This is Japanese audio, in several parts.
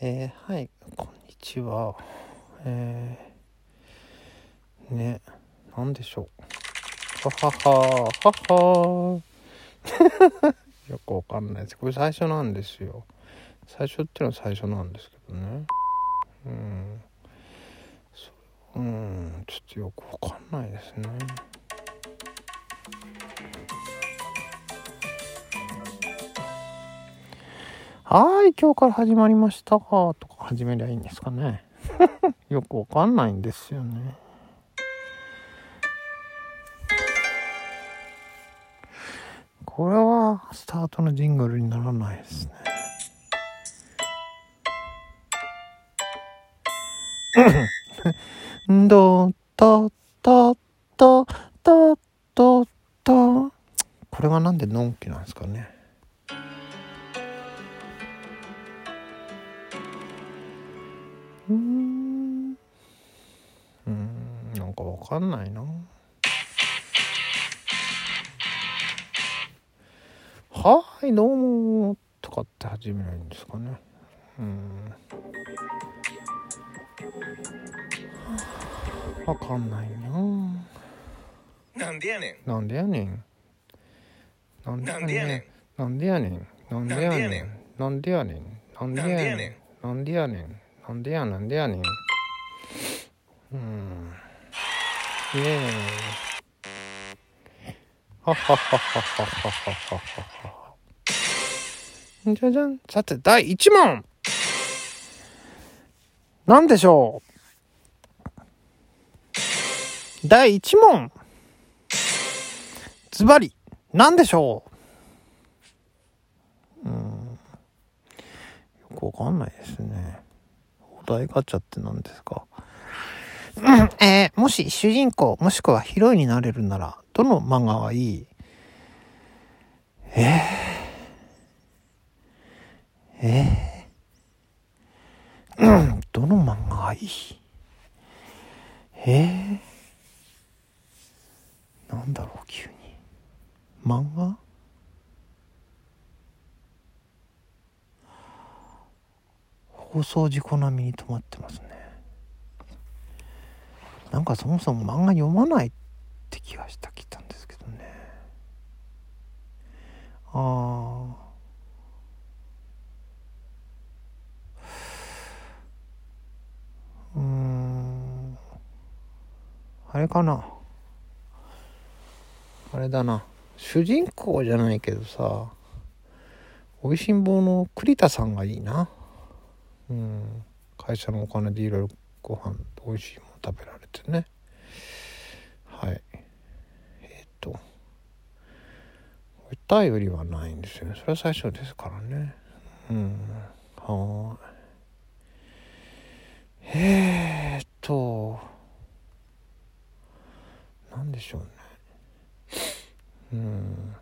はい、こんにちは。なんでしょう。はははよくわかんないです。これ最初なんですよ。最初っていうのは最初なんですけどね。ちょっとよくわかんないですね。今日から始まりましたとか始めりゃいいんですかね。よくわかんないんですよね。これはスタートのジングルにならないですね。ドタタタタタタ。これがなんでのんきなんですかね。なんかわかんないな。はいどうもとかって始めないんですかね。わかんないな。なんでやねん。なんでやねん。なんでやねん。なんでやねん。なんでやねん。なんでやねん。なんでやねん。なんでやねん。なんでやなんでやねん。はははははははは。じゃじゃん。さて第1問。なんでしょう。第1問。ズバリなんでしょう。よくわかんないですね。お題ガチャって何ですか。もし主人公もしくはヒロインになれるならどの漫画がいい？どの漫画がいい？なんだろう急に。漫画？放送事故並みに止まってますね。なんかそもそも漫画読まないって気がしたきたんですけどね。あれかな。あれだな。主人公じゃないけどさ、おいしん坊の栗田さんがいいな。会社のお金でいろいろご飯おいしいもの食べられてね。はい。頼りはないんですよね。それは最初ですからね。なんでしょうね。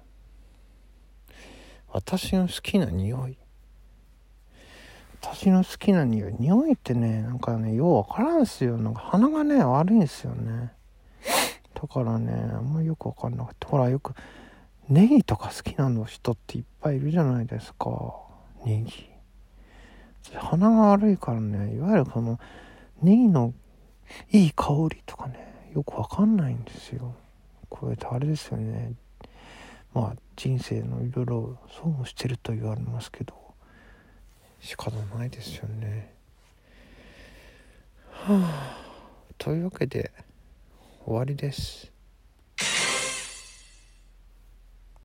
私の好きな匂い。私の好きな匂い。匂いってね、なんかね、ようわからんすよ。なんか鼻がね、悪いんすよね。だからね、あんまりよくわかんなくて。ほら、よく、ネギとか好きなの人っていっぱいいるじゃないですか。ネギ。鼻が悪いからね、いわゆるこの、ネギのいい香りとかね、よくわかんないんですよ。これってあれですよね。人生のいろいろ損をしてると言われますけど、仕方ないですよね。というわけで終わりです。